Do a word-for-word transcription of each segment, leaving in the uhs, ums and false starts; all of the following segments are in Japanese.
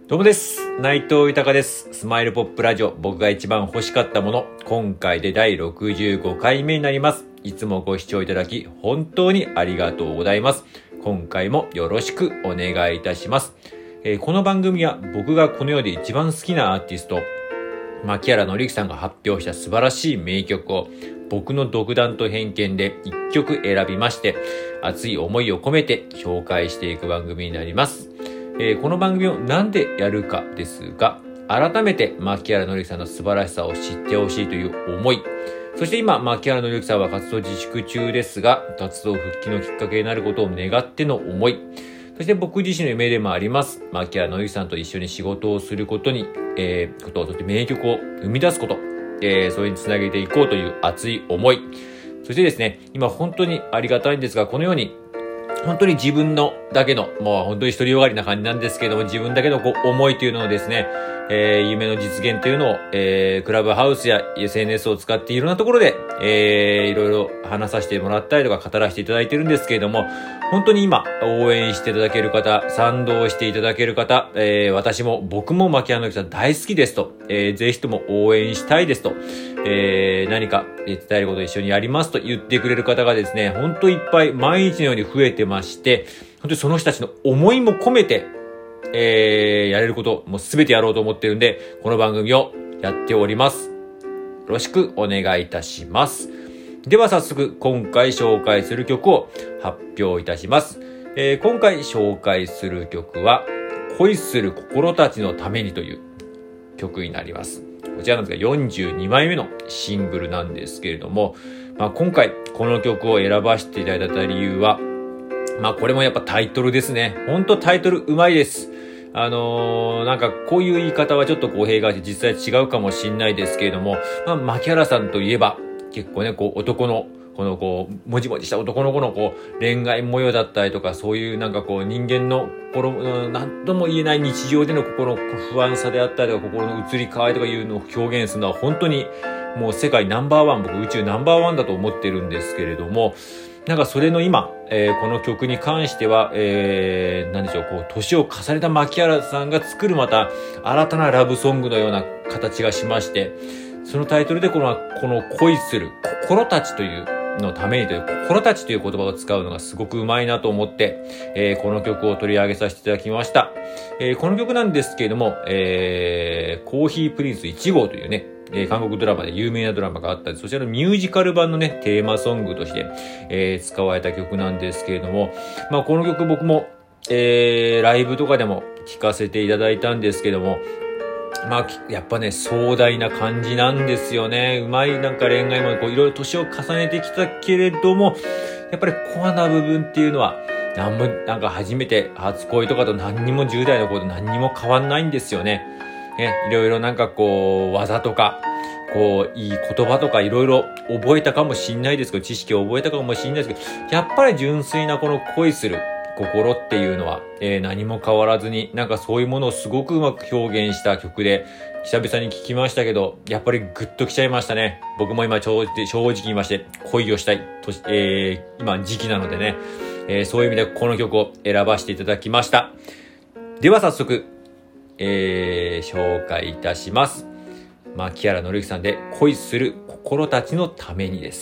どうもです。内藤豊です。スマイルポップラジオ、僕が一番欲しかったもの、今回でだいろくじゅうごかいめになります。いつもご視聴いただき本当にありがとうございます。今回もよろしくお願いいたします。えー、この番組は僕がこの世で一番好きなアーティスト、牧原紀之さんが発表した素晴らしい名曲を僕の独断と偏見でいっきょく選びまして、熱い思いを込めて紹介していく番組になります。えー、この番組をなんでやるかですが、改めて牧原紀之さんの素晴らしさを知ってほしいという思い、そして今牧原紀之さんは活動自粛中ですが、活動復帰のきっかけになることを願っての思い、そして僕自身の夢でもあります牧原紀之さんと一緒に仕事をすることに、えー、ことそして名曲を生み出すこと、えー、それにつなげていこうという熱い思い、そしてですね、今本当にありがたいんですが、このように本当に自分のだけの、もう本当に独りよがりな感じなんですけれども、自分だけのこう思いというのをですね、えー、夢の実現というのを、えー、クラブハウスや エスエヌエス を使っていろんなところで、えー、いろいろ話させてもらったりとか語らせていただいてるんですけれども、本当に今応援していただける方、賛同していただける方、えー、私も僕も牧原紀之さん大好きですと、えー、ぜひとも応援したいですと、えー、何か伝えることを一緒にやりますと言ってくれる方がですね、本当いっぱい毎日のように増えてまして、本当にその人たちの思いも込めて、えー、やれることもうすべてやろうと思ってるんで、この番組をやっております。よろしくお願いいたします。では早速今回紹介する曲を発表いたします。えー、今回紹介する曲は恋する心たちのためにという曲になります。こちらなんですがよんじゅうにまいめのシングルなんですけれども、まあ、今回この曲を選ばせていただいた理由は、まあこれもやっぱタイトルですね。ほんとタイトルうまいです。あのー、なんかこういう言い方はちょっと語弊があって実際違うかもしれないですけれども、まあ牧原さんといえば結構ね、こう男のこのこうもじもじした男の子のこう恋愛模様だったりとか、そういうなんかこう人間の心、なんとも言えない日常での心の不安さであったりとか、心の移り変わりとかいうのを表現するのは本当にもう世界ナンバーワン、僕宇宙ナンバーワンだと思ってるんですけれども、なんかそれの今、えー、この曲に関しては、えー、なんでしょう、こう、年を重ねた牧原さんが作るまた新たなラブソングのような形がしまして、そのタイトルでこの、この恋する心たちというのためにという、心たちという言葉を使うのがすごくうまいなと思って、えー、この曲を取り上げさせていただきました。えー、この曲なんですけれども、えー、コーヒープリンスいち号というね、えー、韓国ドラマで有名なドラマがあったり、そちらのミュージカル版のね、テーマソングとして、えー、使われた曲なんですけれども、まあこの曲僕も、えー、ライブとかでも聴かせていただいたんですけども、まあやっぱね、壮大な感じなんですよね。うまいなんか恋愛もこういろいろ年を重ねてきたけれども、やっぱりコアな部分っていうのは、なんも、なんか初めて初恋とかと何にもじゅう代の頃と何にも変わんないんですよね。ね、いろいろなんかこう、技とか、こう、いい言葉とかいろいろ覚えたかもしんないですけど、知識を覚えたかもしんないですけど、やっぱり純粋なこの恋する心っていうのは、えー、何も変わらずに、なんかそういうものをすごくうまく表現した曲で、久々に聴きましたけど、やっぱりグッときちゃいましたね。僕も今正直言いまして、恋をしたいと、えー、今時期なのでね、えー、そういう意味でこの曲を選ばせていただきました。では早速、えー、紹介いたします。牧原紀之さんで恋する心たちのためにです。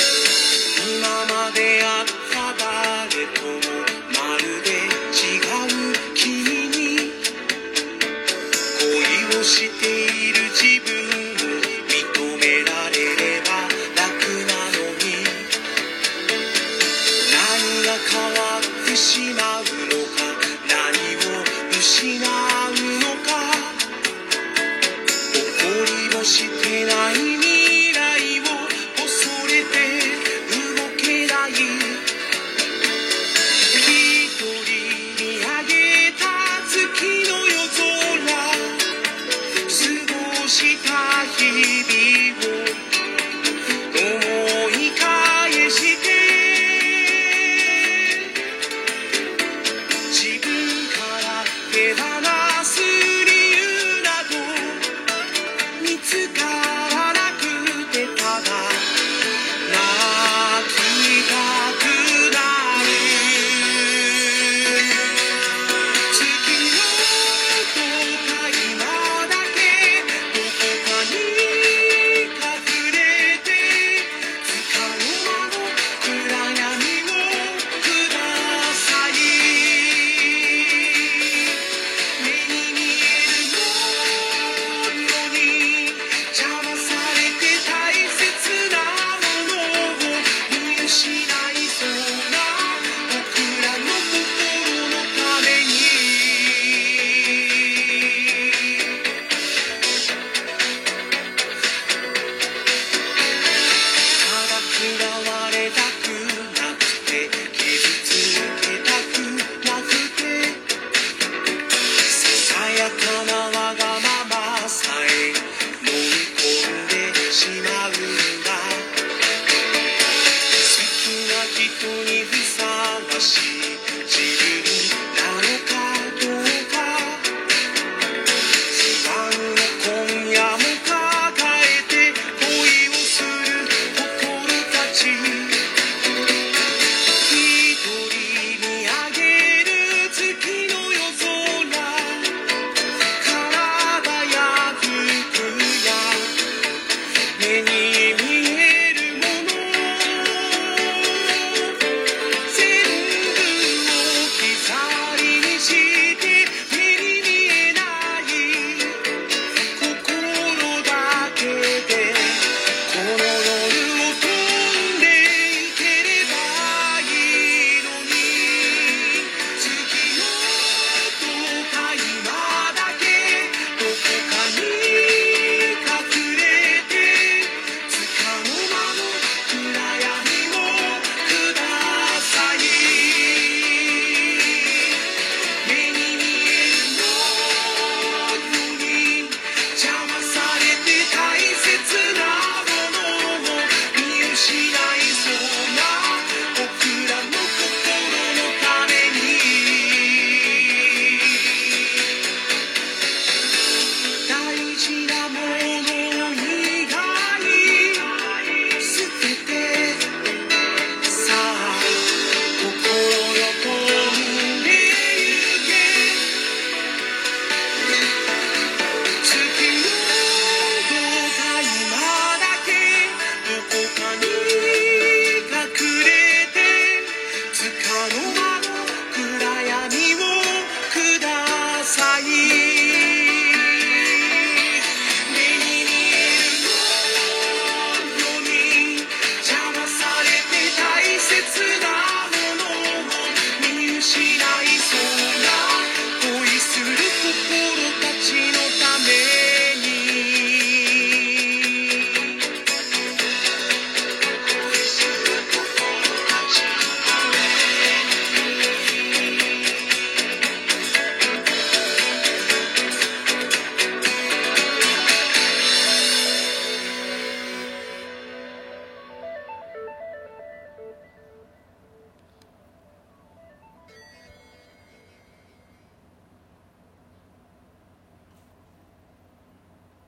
今まであった誰ともまるで違う手に入